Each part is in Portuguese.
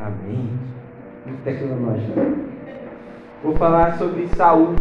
Amém. Muito tecnológico. Vou falar sobre saúde.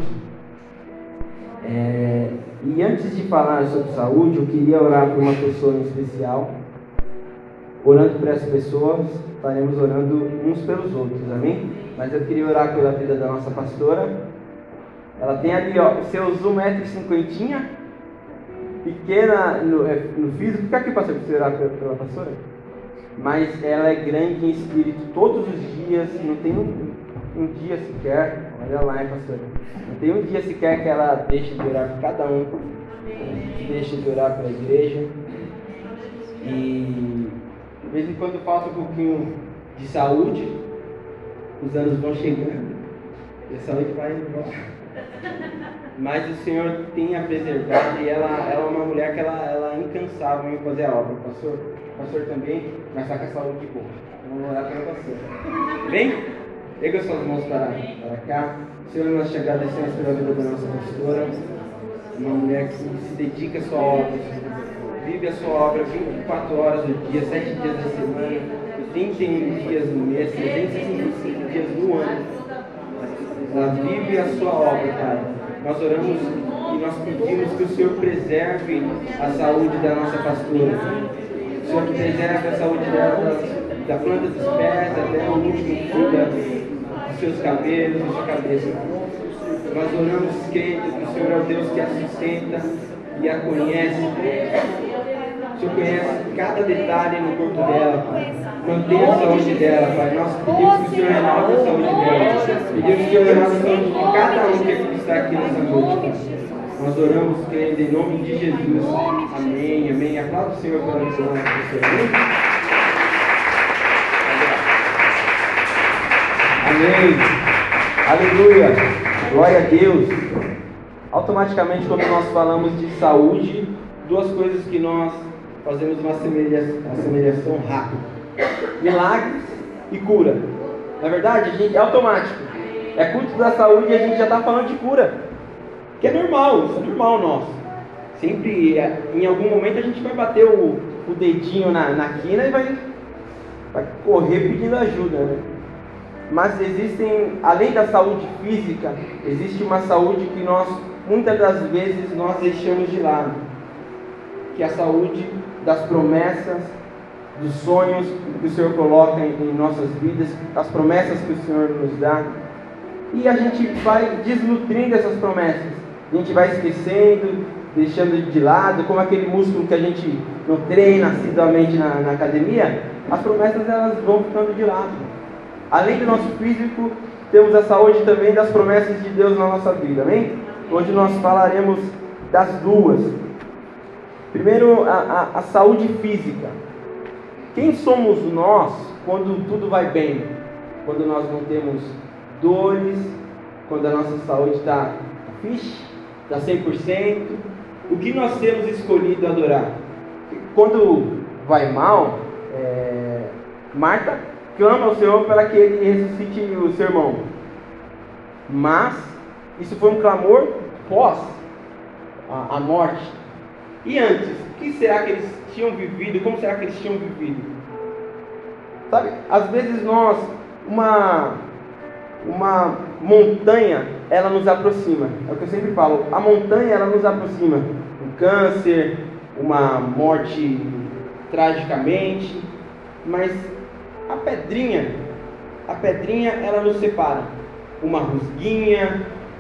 E antes de falar sobre saúde, eu queria orar por uma pessoa em especial. Orando por essa pessoa, estaremos orando uns pelos outros, amém? Mas eu queria orar pela vida da nossa pastora. Ela tem ali, seus 1,50 m, pequena no físico. Fica aqui, pastor, para você orar pela pastora. Mas ela é grande em espírito todos os dias, não tem um dia sequer, olha lá, pastora, não tem um dia sequer que ela deixe de orar por cada um, deixa de orar pela igreja. E de vez em quando falta um pouquinho de saúde, os anos vão chegando e a saúde vai embora. Mas o Senhor tem a preservado e ela é uma mulher que ela é incansável em fazer a obra. O pastor também, mas está com a saúde boa. Vamos orar pela pastora. Vem, pega suas mãos para cá. Senhor, nós te agradecemos pela vida da nossa pastora. Uma mulher que se dedica à sua obra, vive a sua obra 24 horas do dia, 7 dias da semana, 31 dias no mês, 365 dias no ano. Ela vive a sua obra, Pai. Nós oramos e nós pedimos que o Senhor preserve a saúde da nossa pastora. O Senhor preserve a saúde dela, da planta dos pés até o último fio dos seus cabelos, da sua cabeça. Nós oramos crendo que o Senhor é o Deus que a sustenta e a conhece. O Senhor conhece cada detalhe no corpo dela, Pai. Mantenha a saúde dela, Pai. Nós pedimos que o Senhor renove a saúde dela. Pedimos que o Senhor renove a saúde de cada um que está aqui nessa noite, Pai. Nós oramos crendo em nome de Jesus. Amém, amém. Aplauda o Senhor pela nossa pessoa. Amém. Aleluia. Glória a Deus. Automaticamente, quando nós falamos de saúde, duas coisas que nós fazemos uma semelhança rápida: milagres e cura. Na verdade, é automático. É culto da saúde e a gente já está falando de cura. Que é normal, isso é normal nosso. Sempre, em algum momento, a gente vai bater o dedinho na quina e vai correr pedindo ajuda, né? Mas além da saúde física, existe uma saúde que muitas das vezes, nós deixamos de lado. Que é a saúde das promessas, dos sonhos que o Senhor coloca em nossas vidas, as promessas que o Senhor nos dá. E a gente vai desnutrindo essas promessas. A gente vai esquecendo, deixando de lado, como aquele músculo que a gente não treina assiduamente na academia. As promessas, elas vão ficando de lado. Além do nosso físico, temos a saúde também das promessas de Deus na nossa vida, amém? Hoje nós falaremos das duas. Primeiro, a saúde física. Quem somos nós quando tudo vai bem? Quando nós não temos dores, quando a nossa saúde está está 100%. O que nós temos escolhido adorar? Quando vai mal, Marta clama ao Senhor para que Ele ressuscite o seu irmão. Mas isso foi um clamor pós a morte. E antes, o que será que eles tinham vivido? Como será que eles tinham vivido? Sabe, às vezes uma montanha, ela nos aproxima. É o que eu sempre falo, a montanha, ela nos aproxima. Um câncer, uma morte tragicamente, mas a pedrinha, ela nos separa. Uma rusguinha,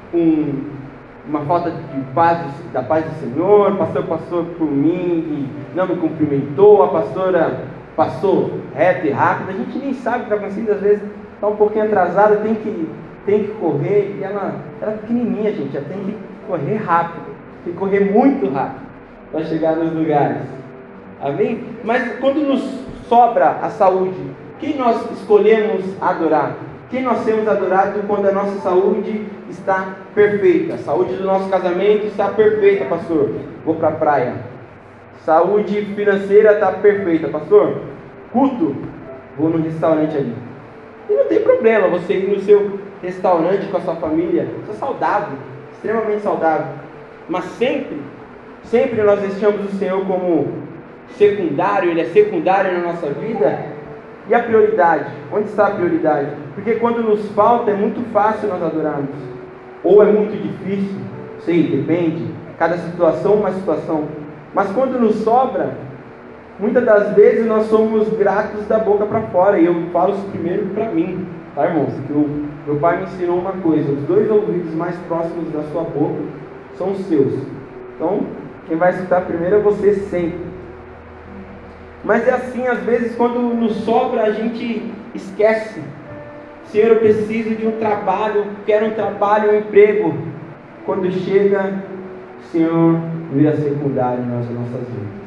uma falta de paz, da paz do Senhor. O pastor passou por mim e não me cumprimentou. A pastora passou reto e rápido. A gente nem sabe o que está acontecendo. Às vezes está um pouquinho atrasada, tem que correr. E ela é pequenininha, gente. Ela tem que correr rápido. Tem que correr muito rápido para chegar nos lugares. Amém? Mas quando nos sobra a saúde, quem nós escolhemos adorar? Quem nós temos adorado quando a nossa saúde está perfeita? A saúde do nosso casamento está perfeita, pastor. Vou para a praia. Saúde financeira está perfeita, pastor. Culto, vou no restaurante ali. E não tem problema você ir no seu restaurante com a sua família. Isso é saudável, extremamente saudável. Mas sempre nós deixamos o Senhor como secundário. Ele é secundário na nossa vida. E a prioridade? Onde está a prioridade? Porque quando nos falta é muito fácil nós adorarmos. Ou é muito difícil, sei, depende. Cada situação uma situação. Mas quando nos sobra, muitas das vezes nós somos gratos da boca para fora. E eu falo isso primeiro para mim, tá, irmãos? Que meu pai me ensinou uma coisa: os 2 ouvidos mais próximos da sua boca são os seus. Então, quem vai escutar primeiro é você sempre. Mas é assim, às vezes, quando nos sobra, a gente esquece. Senhor, eu preciso de um trabalho, quero um trabalho, um emprego. Quando chega, Senhor, vira secundário nas nossas vidas.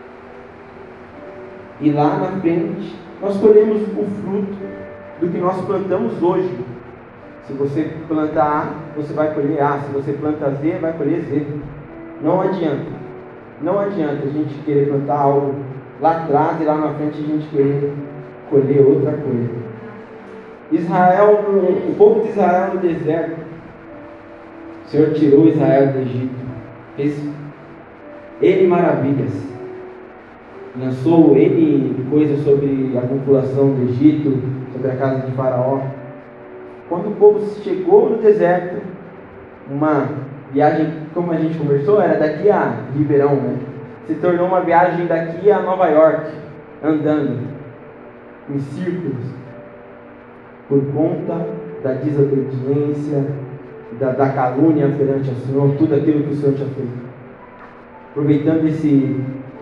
E lá na frente, nós colhemos o fruto do que nós plantamos hoje. Se você planta A, você vai colher A. Se você planta Z, vai colher Z. Não adianta. Não adianta a gente querer plantar algo lá atrás e lá na frente a gente querer colher outra coisa. Israel, o povo de Israel no deserto, o Senhor tirou Israel do Egito, fez N maravilhas, lançou N coisas sobre a população do Egito, sobre a casa de Faraó. Quando o povo chegou no deserto, uma viagem, como a gente conversou, era daqui a Ribeirão, né? Se tornou uma viagem daqui a Nova York, andando em círculos, por conta da desobediência, da calúnia perante o Senhor, tudo aquilo que o Senhor tinha feito. Aproveitando esse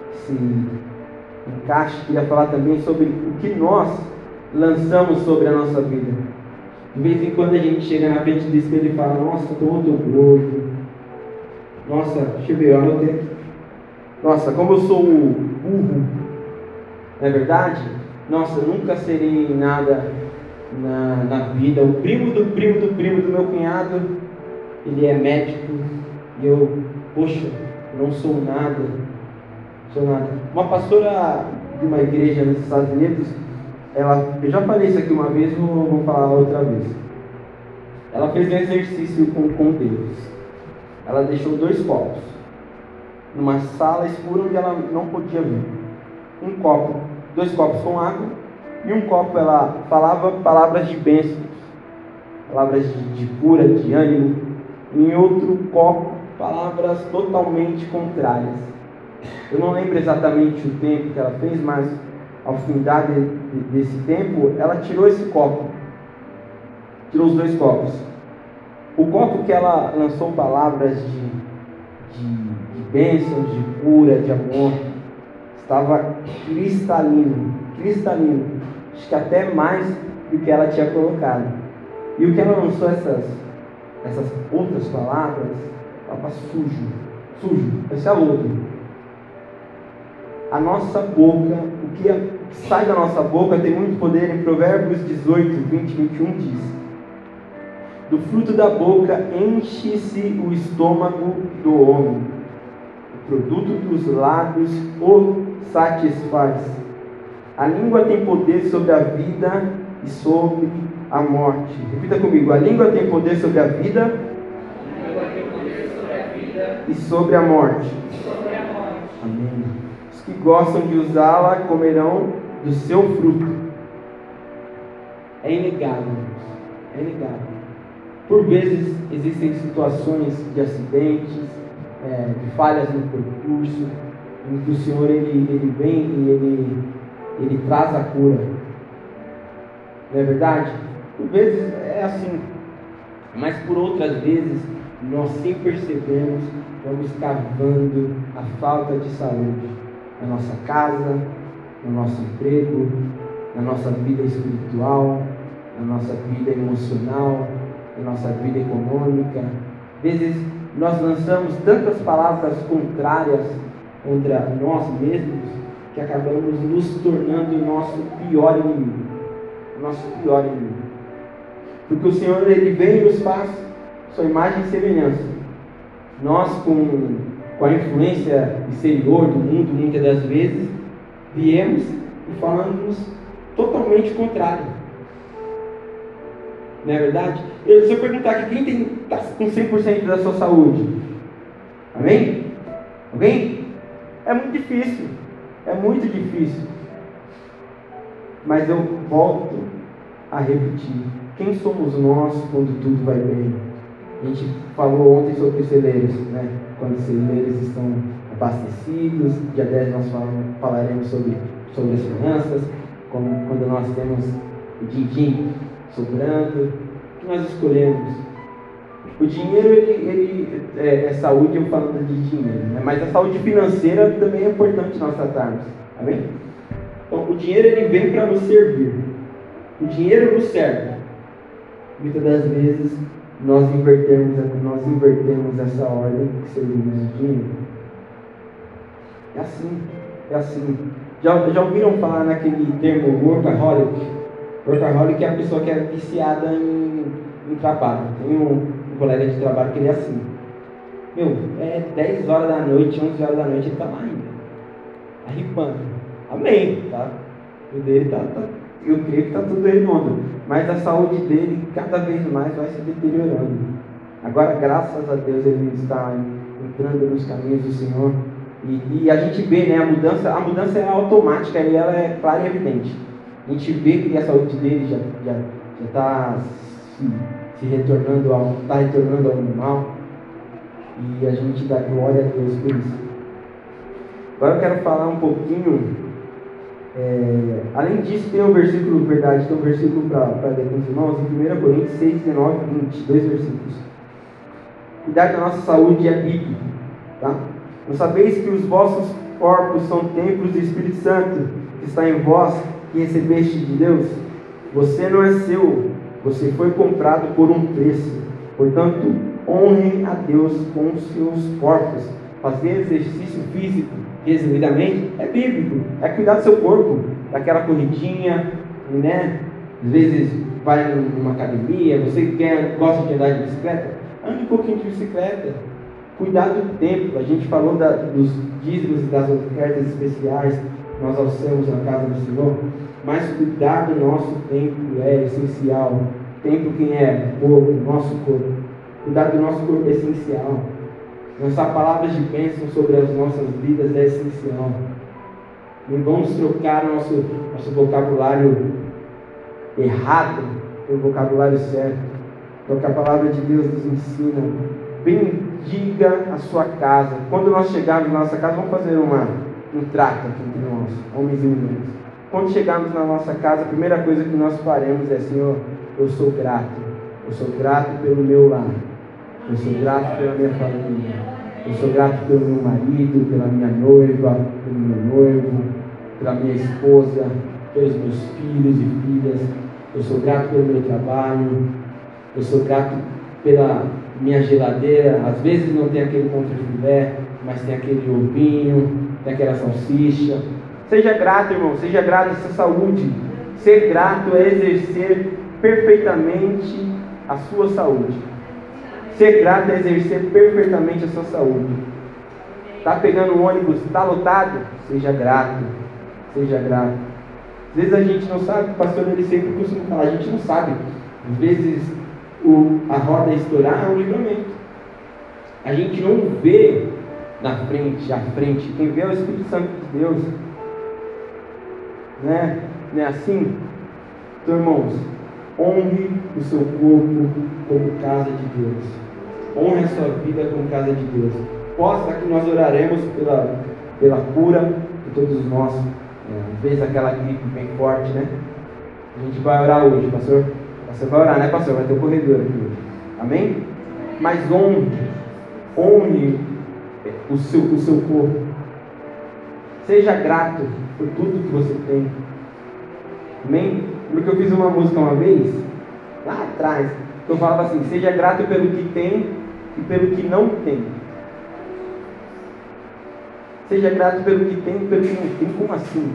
encaixe, queria falar também sobre o que nós lançamos sobre a nossa vida. De vez em quando a gente chega na frente do espelho e fala: nossa, estou muito gordo. Nossa, deixa eu ver, eu anotei aqui. Nossa, como eu sou burro. Não é verdade? Nossa, eu nunca serei nada na vida. O primo do meu cunhado, ele é médico. E eu, poxa, não sou nada. Uma pastora de uma igreja nos Estados Unidos, eu já falei isso aqui uma vez, vou falar outra vez. Ela fez um exercício com Deus. Ela deixou 2 copos numa sala escura onde ela não podia ver. 2 copos com água, e um copo ela falava palavras de bênçãos, palavras de cura, de ânimo. Em outro copo, palavras totalmente contrárias. Eu não lembro exatamente o tempo que ela fez, mas ao findar desse tempo, ela tirou esse copo. Tirou os 2 copos. O copo que ela lançou palavras de bênção, de cura, de amor, estava cristalino. Acho que até mais do que ela tinha colocado. E o que ela lançou, essas outras palavras, estava sujo, esse é lodo. A nossa boca, o que sai da nossa boca tem muito poder. Em Provérbios 18, 20, 21 diz: do fruto da boca enche-se o estômago do homem, o produto dos lábios o satisfaz. A língua tem poder sobre a vida e sobre a morte. Repita comigo: a língua tem poder sobre a vida e sobre a morte. Amém. Os que gostam de usá-la comerão do seu fruto. É inegável. Por vezes existem situações de acidentes, de falhas no percurso, em que o Senhor ele vem e ele traz a cura. Não é verdade? Por vezes é assim, mas por outras vezes nós, sem percebermos, vamos cavando a falta de saúde na nossa casa, no nosso emprego, na nossa vida espiritual, na nossa vida emocional, na nossa vida econômica. Às vezes nós lançamos tantas palavras contrárias contra nós mesmos que acabamos nos tornando o nosso pior inimigo. Porque o Senhor ele vem e nos faz sua imagem e semelhança. Nós, com a influência exterior do mundo, muitas das vezes viemos e falamos totalmente contrário. Não é verdade? Se eu perguntar aqui, quem está com 100% da sua saúde? Amém? Alguém? É muito difícil. Mas eu volto a repetir: quem somos nós quando tudo vai bem? A gente falou ontem sobre os celeiros, né? Quando os celeiros estão abastecidos. Dia 10 nós falaremos sobre as finanças, quando nós temos o din-din sobrando. O que nós escolhemos? O dinheiro, ele é saúde, eu falando de dinheiro, né? Mas a saúde financeira também é importante nós tratarmos, amém? Então, o dinheiro, ele vem para nos servir. O dinheiro nos serve. Muitas das vezes nós invertemos essa ordem que servimos o dinheiro. É assim. Já ouviram falar naquele termo workaholic? Workaholic é a pessoa que é viciada em trabalho. Tem um colega de trabalho que ele é assim. É 10 horas da noite, 11 horas da noite, ele está lá ainda. Arripando. Amém, tá? O dele eu creio que está tudo redondo. Mas a saúde dele cada vez mais vai se deteriorando. Agora, graças a Deus, ele está entrando nos caminhos do Senhor. E a gente vê, né, a mudança é automática e ela é clara e evidente. A gente vê que a saúde dele já está se retornando ao normal. E a gente dá glória a Deus por isso. Agora eu quero falar um pouquinho. Além disso, tem um versículo para ler com os irmãos, em 1 Coríntios 6, 19 e 20, 2 versículos. Cuidar da nossa saúde é bíblico, tá? Não sabeis que os vossos corpos são templos do Espírito Santo, que está em vós, que recebeste de Deus? Você não é seu, você foi comprado por um preço. Portanto, honrem a Deus com os seus corpos. Fazer exercício físico resumidamente é bíblico, é cuidar do seu corpo, daquela corridinha, né? Às vezes vai numa academia, você gosta de andar de bicicleta, ande um pouquinho de bicicleta. Cuidar do tempo, a gente falou dos dízimos e das ofertas especiais que nós alçamos na casa do Senhor, mas cuidar do nosso tempo é essencial. Tempo quem é? O corpo, nosso corpo. Cuidar do nosso corpo é essencial. Lançar palavras de bênção sobre as nossas vidas é essencial. Não vamos trocar o nosso vocabulário errado pelo vocabulário certo. Porque a palavra de Deus nos ensina: bendiga a sua casa. Quando nós chegarmos na nossa casa, vamos fazer um trato aqui entre nós, homens e mulheres. Quando chegarmos na nossa casa, a primeira coisa que nós faremos é: Senhor, eu sou grato. Eu sou grato pelo meu lar. Eu sou grato pela minha família. Eu sou grato pelo meu marido, pela minha noiva, pelo meu noivo, pela minha esposa, pelos meus filhos e filhas. Eu sou grato pelo meu trabalho. Eu sou grato pela minha geladeira. Às vezes não tem aquele contrafilé, mas tem aquele ovinho, tem aquela salsicha. Seja grato, irmão. Seja grato à sua saúde. Ser grato é exercer perfeitamente a sua saúde. Ser grato é exercer perfeitamente a sua saúde. Está pegando o ônibus, está lotado? Seja grato. Seja grato. Às vezes a gente não sabe, o pastor ele sempre costuma falar, a gente não sabe. Às vezes a roda estourar é um livramento. A gente não vê na frente, à frente. Quem vê é o Espírito Santo de Deus. Né? Não é assim? Então, irmãos, honre o seu corpo como casa de Deus. Honre a sua vida como casa de Deus. Posta que nós oraremos pela cura de todos nós. Às vezes aquela gripe bem forte, né? A gente vai orar hoje, pastor. Você vai orar, né, pastor? Vai ter um corredor aqui hoje. Amém? Mas honre o seu corpo. Seja grato por tudo que você tem. Amém? Porque eu fiz uma música uma vez, lá atrás, que eu falava assim: seja grato pelo que tem e pelo que não tem. Seja grato pelo que tem e pelo que não tem. Como assim?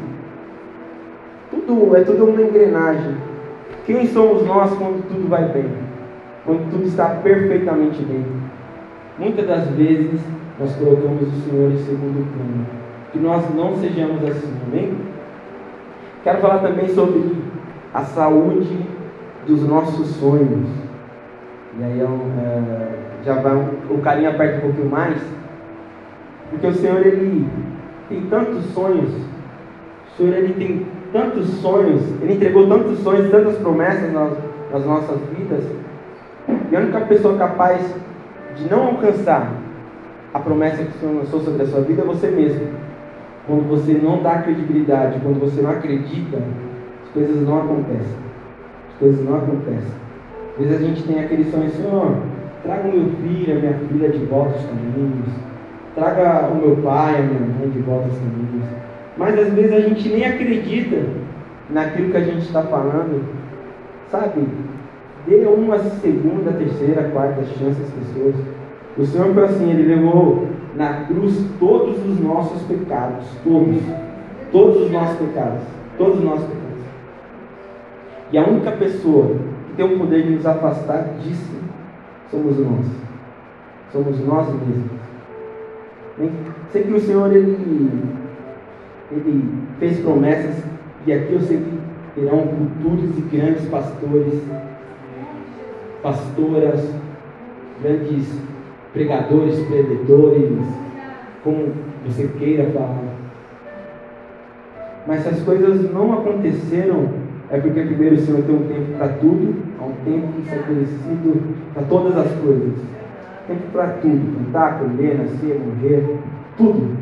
É tudo uma engrenagem. Quem somos nós quando tudo vai bem? Quando tudo está perfeitamente bem? Muitas das vezes nós colocamos o Senhor em segundo plano. Que nós não sejamos assim, amém? Quero falar também sobre a saúde dos nossos sonhos. E aí já vai o carinho aperta um pouquinho mais. Porque o Senhor, Ele tem tantos sonhos. O Senhor, Ele tem tantos sonhos, Ele entregou tantos sonhos, tantas promessas nas nossas vidas, e a única pessoa capaz de não alcançar a promessa que o Senhor lançou sobre a sua vida é você mesmo. Quando você não dá credibilidade, quando você não acredita, as coisas não acontecem. As coisas não acontecem. Às vezes a gente tem aquele sonho, Senhor, traga o meu filho, a minha filha de volta aos caminhos, traga o meu pai, a minha mãe de volta aos caminhos. Mas às vezes a gente nem acredita naquilo que a gente está falando, sabe? Dê uma segunda, terceira, quarta chance às pessoas. O Senhor foi assim, Ele levou na cruz todos os nossos pecados, todos os nossos pecados, todos os nossos pecados. E a única pessoa que tem o poder de nos afastar disso somos nós mesmos. Sei que o Senhor Ele fez promessas, e aqui eu sei que terão futuros e grandes pastores, pastoras, grandes pregadores, predetores, como você queira falar. Mas se as coisas não aconteceram, é porque primeiro o Senhor tem um tempo para tudo, há um tempo estabelecido para todas as coisas. Tempo para tudo, cantar, colher, nascer, morrer, tudo.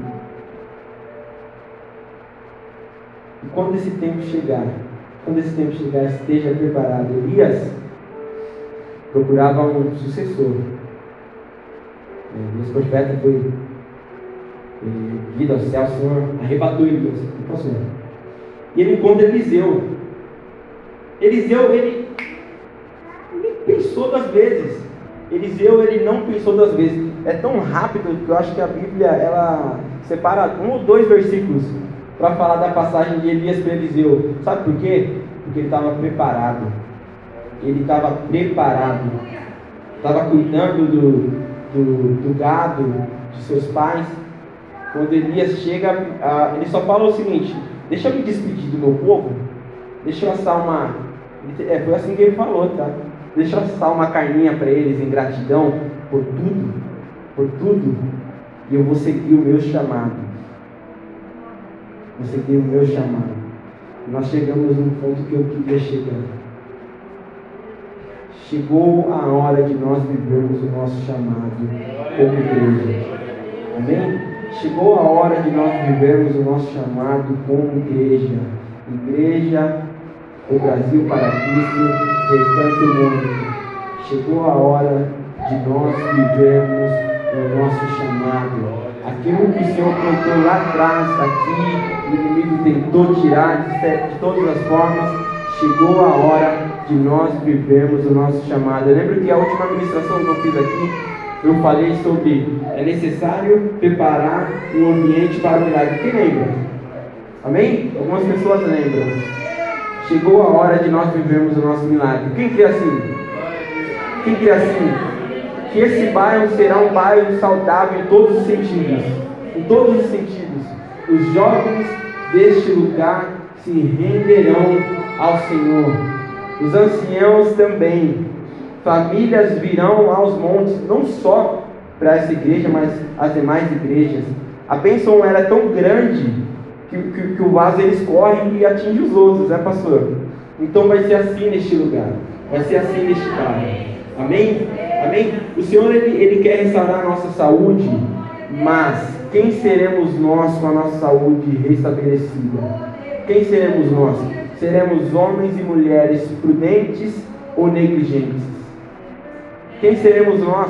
E quando esse tempo chegar, esteja preparado. Elias procurava um sucessor. Esse profeta foi vindo ao céu, o Senhor arrebatou Elias. E ele encontra Eliseu. Eliseu, ele nem pensou duas vezes. Eliseu, ele não pensou duas vezes. É tão rápido que eu acho que a Bíblia, ela separa 1 ou 2 versículos para falar da passagem de Elias para Eliseu. Sabe por quê? Porque ele estava preparado. Ele estava preparado. Estava cuidando do gado de seus pais. Quando Elias chega, ele só fala o seguinte: deixa eu me despedir do meu povo, deixa eu assar uma... foi assim que ele falou, tá? Deixa eu assar uma carninha para eles em gratidão por tudo, e eu vou seguir o meu chamado. Nós chegamos num ponto que eu queria chegar. Chegou a hora de nós vivermos o nosso chamado como igreja. Amém? Chegou a hora de nós vivermos o nosso chamado como igreja. Igreja, o Brasil para Cristo, Recanto Mundo. Chegou a hora de nós vivermos o nosso chamado. Aquilo que o Senhor plantou lá atrás, aqui, o inimigo tentou tirar de todas as formas. Chegou a hora de nós vivermos o nosso chamado. Eu lembro que a última ministração que eu fiz aqui, eu falei sobre é necessário preparar um ambiente para o milagre. Quem lembra? Amém? Algumas pessoas lembram. Chegou a hora de nós vivermos o nosso milagre. Quem crê assim? Que esse bairro será um bairro saudável em todos os sentidos. Em todos os sentidos. Os jovens deste lugar se renderão ao Senhor. Os anciãos também. Famílias virão aos montes, não só para essa igreja, mas as demais igrejas. A bênção era tão grande que o vaso eles correm e atinge os outros, né, pastor? Então vai ser assim neste lugar, vai ser assim neste bairro. Amém? Amém? O Senhor ele quer restaurar a nossa saúde, mas quem seremos nós com a nossa saúde restabelecida? Quem seremos nós? Seremos homens e mulheres prudentes ou negligentes? Quem seremos nós?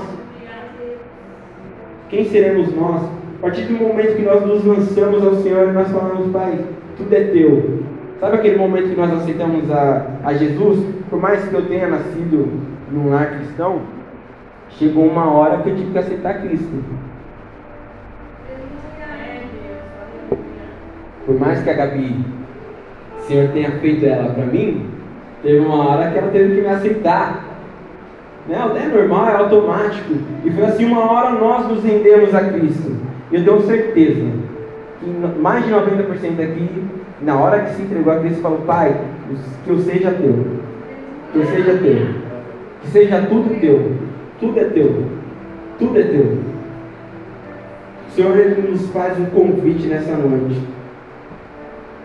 Quem seremos nós? A partir do momento que nós nos lançamos ao Senhor, nós falamos: Pai, tudo é teu. Sabe aquele momento que nós aceitamos a Jesus? Por mais que eu tenha nascido num lar cristão, chegou uma hora que eu tive que aceitar Cristo. Por mais que a Gabi, o Senhor tenha feito ela para mim, teve uma hora que ela teve que me aceitar. Não, é normal, é automático. E foi assim, uma hora nós nos rendemos a Cristo. E eu tenho certeza que mais de 90% aqui, na hora que se entregou a Cristo, falou: Pai, que eu seja teu. Que eu seja teu. Que seja tudo teu. Tudo é teu. Tudo é teu. O Senhor ele nos faz um convite nessa noite.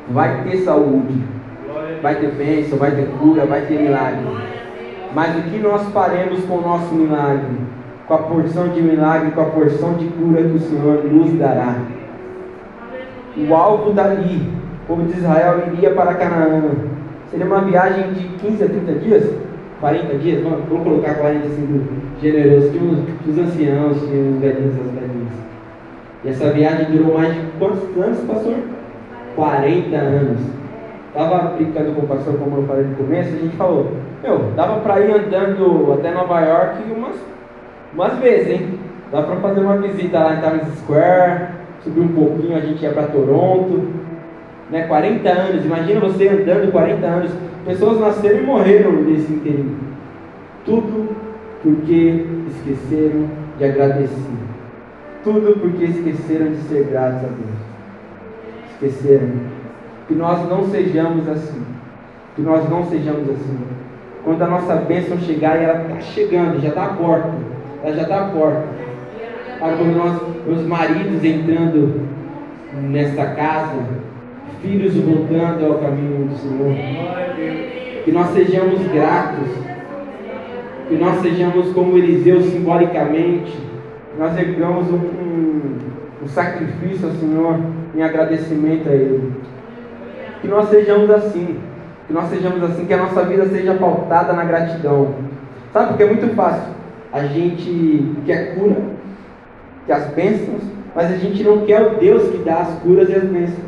vai ter saúde, vai ter bênção, vai ter cura, vai ter milagre. Mas o que nós faremos com o nosso milagre? Com a porção de milagre, com a porção de cura que o Senhor nos dará. O alvo dali, o povo de Israel iria para Canaã. Seria uma viagem de 15 a 30 dias? 40 dias? Vamos colocar 40 assim, generoso. Tinha os anciãos, tinha os velhinhos e as velhinhas. E essa viagem durou mais de quantos anos, pastor? 40 anos. Estava brincando com o pastor, como eu falei no começo, a gente falou, dava para ir andando até Nova York umas vezes, hein? Dá para fazer uma visita lá em Times Square, subir um pouquinho, a gente ia para Toronto, né? 40 anos, imagina você andando 40 anos, pessoas nasceram e morreram nesse inteirinho. Tudo porque esqueceram de agradecer. Tudo porque esqueceram de ser gratos a Deus. Esqueceram. Que nós não sejamos assim. Que nós não sejamos assim. Quando a nossa bênção chegar, e ela está chegando, já está à porta. Ela já está à porta. Quando os maridos entrando nessa casa, filhos voltando ao caminho do Senhor. Que nós sejamos gratos. Que nós sejamos como Eliseu simbolicamente. Nós ergamos um sacrifício ao Senhor em agradecimento a Ele. Que nós sejamos assim. Que nós sejamos assim, que a nossa vida seja pautada na gratidão. Sabe, porque é muito fácil. A gente quer cura, quer as bênçãos, mas a gente não quer o Deus que dá as curas e as bênçãos.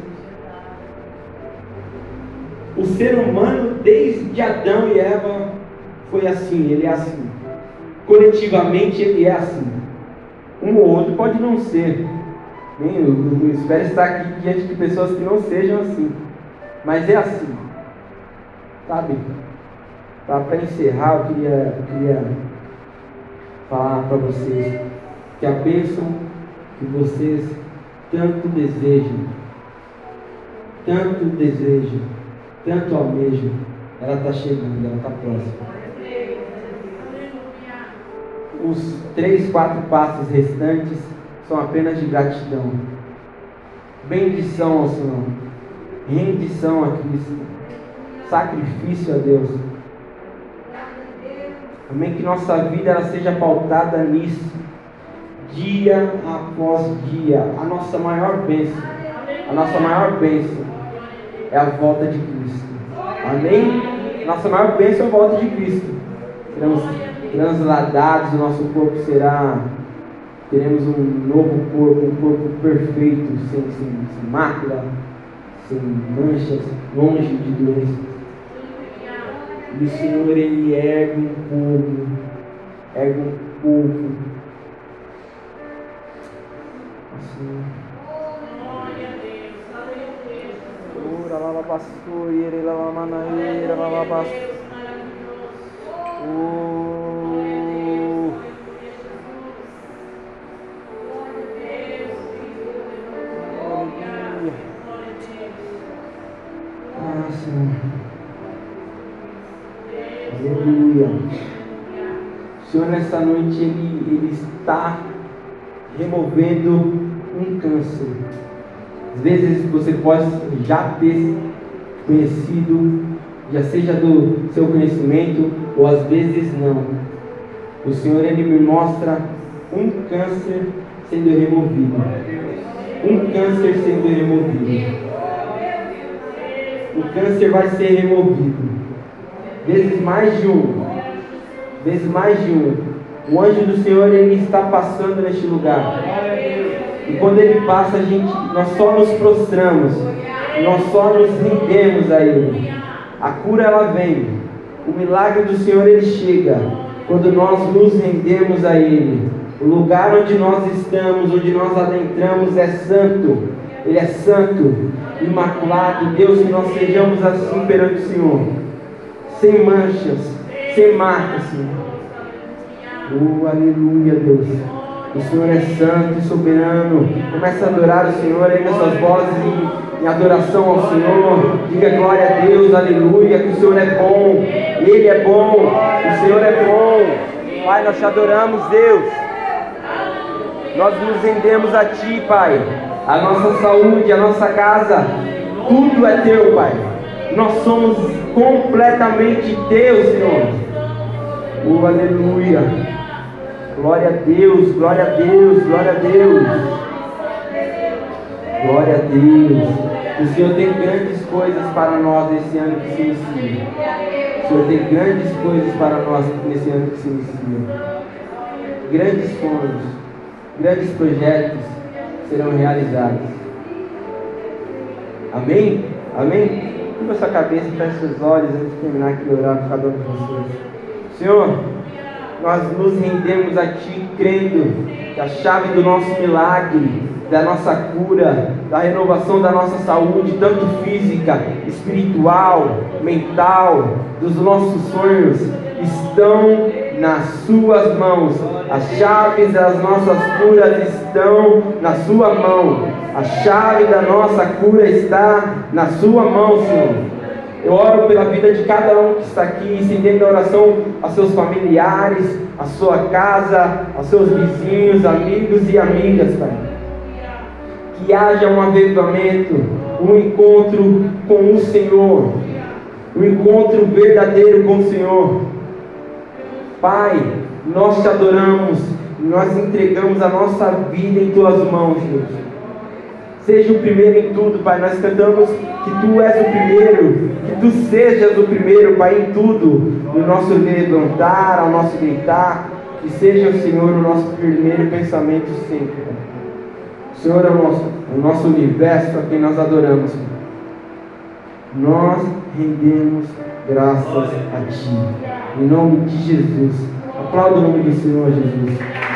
O ser humano, desde Adão e Eva, foi assim, ele é assim. Coletivamente ele é assim. Um ou outro pode não ser. Eu espero estar aqui diante de pessoas que não sejam assim. Mas é assim. Sabe? Para encerrar, eu queria falar para vocês que a bênção que vocês tanto desejam, tanto almejam, ela está chegando, ela está próxima. Os 3, 4 passos restantes são apenas de gratidão. Bendição ao Senhor, rendição a Cristo, sacrifício a Deus. Amém? Que nossa vida ela seja pautada nisso, dia após dia. A nossa maior bênção é a volta de Cristo. Amém? Nossa maior bênção é a volta de Cristo. Seremos transladados, o nosso corpo teremos um novo corpo, um corpo perfeito, sem mácula, sem manchas, longe de doenças. E o Senhor, Ele ergue um povo, assim. Ora lá passou, ele lá manaeira, lá passou. Aleluia. O Senhor nessa noite ele está removendo um câncer. Às vezes você pode já ter conhecido, já seja do seu conhecimento, ou às vezes não. O Senhor ele me mostra um câncer sendo removido. Um câncer sendo removido. O câncer vai ser removido. Vezes mais de um. O anjo do Senhor ele está passando neste lugar. E quando ele passa, nós só nos prostramos. Nós só nos rendemos a Ele. A cura ela vem. O milagre do Senhor ele chega quando nós nos rendemos a Ele. O lugar onde nós estamos, onde nós adentramos é santo. Ele é santo, imaculado. Deus, que nós sejamos assim perante o Senhor, sem manchas, sem marcas, Senhor. Aleluia, Deus. O Senhor é santo e soberano. Comece a adorar o Senhor aí nessas vozes em adoração ao Senhor. Diga glória a Deus, aleluia, que o Senhor é bom. Ele é bom, o Senhor é bom. Pai, nós te adoramos, Deus. Nós nos rendemos a Ti, Pai. A nossa saúde, a nossa casa, Tudo é teu, Pai. Nós somos completamente teus, Senhor. Oh, aleluia. Glória a Deus, glória a Deus, glória a Deus. Glória a Deus. O Senhor tem grandes coisas para nós nesse ano que se inicia. O Senhor tem grandes coisas para nós nesse ano que se inicia. Grandes sonhos, grandes projetos serão realizados. Amém? Amém? Curva sua cabeça, feche seus olhos antes de terminar aqui orar por cada um de vocês. Senhor, nós nos rendemos a Ti crendo que a chave do nosso milagre, da nossa cura, da renovação da nossa saúde, tanto física, espiritual, mental, dos nossos sonhos, estão nas Suas mãos. As chaves das nossas curas estão na Sua mão. A chave da nossa cura está na Sua mão, Senhor. Eu oro pela vida de cada um que está aqui, estendendo a oração aos seus familiares, à sua casa, aos seus vizinhos, amigos e amigas, Pai. Que haja um avivamento, um encontro com o Senhor, um encontro verdadeiro com o Senhor. Pai, nós Te adoramos, nós entregamos a nossa vida em Tuas mãos, Deus. Seja o primeiro em tudo, Pai. Nós cantamos que Tu és o primeiro, que Tu sejas o primeiro, Pai, em tudo, no nosso levantar, ao nosso deitar, que seja o Senhor o nosso primeiro pensamento sempre, Pai. O Senhor é o nosso universo a quem nós adoramos. Nós rendemos graças a Ti. Em nome de Jesus. Aplauda o nome do Senhor Jesus.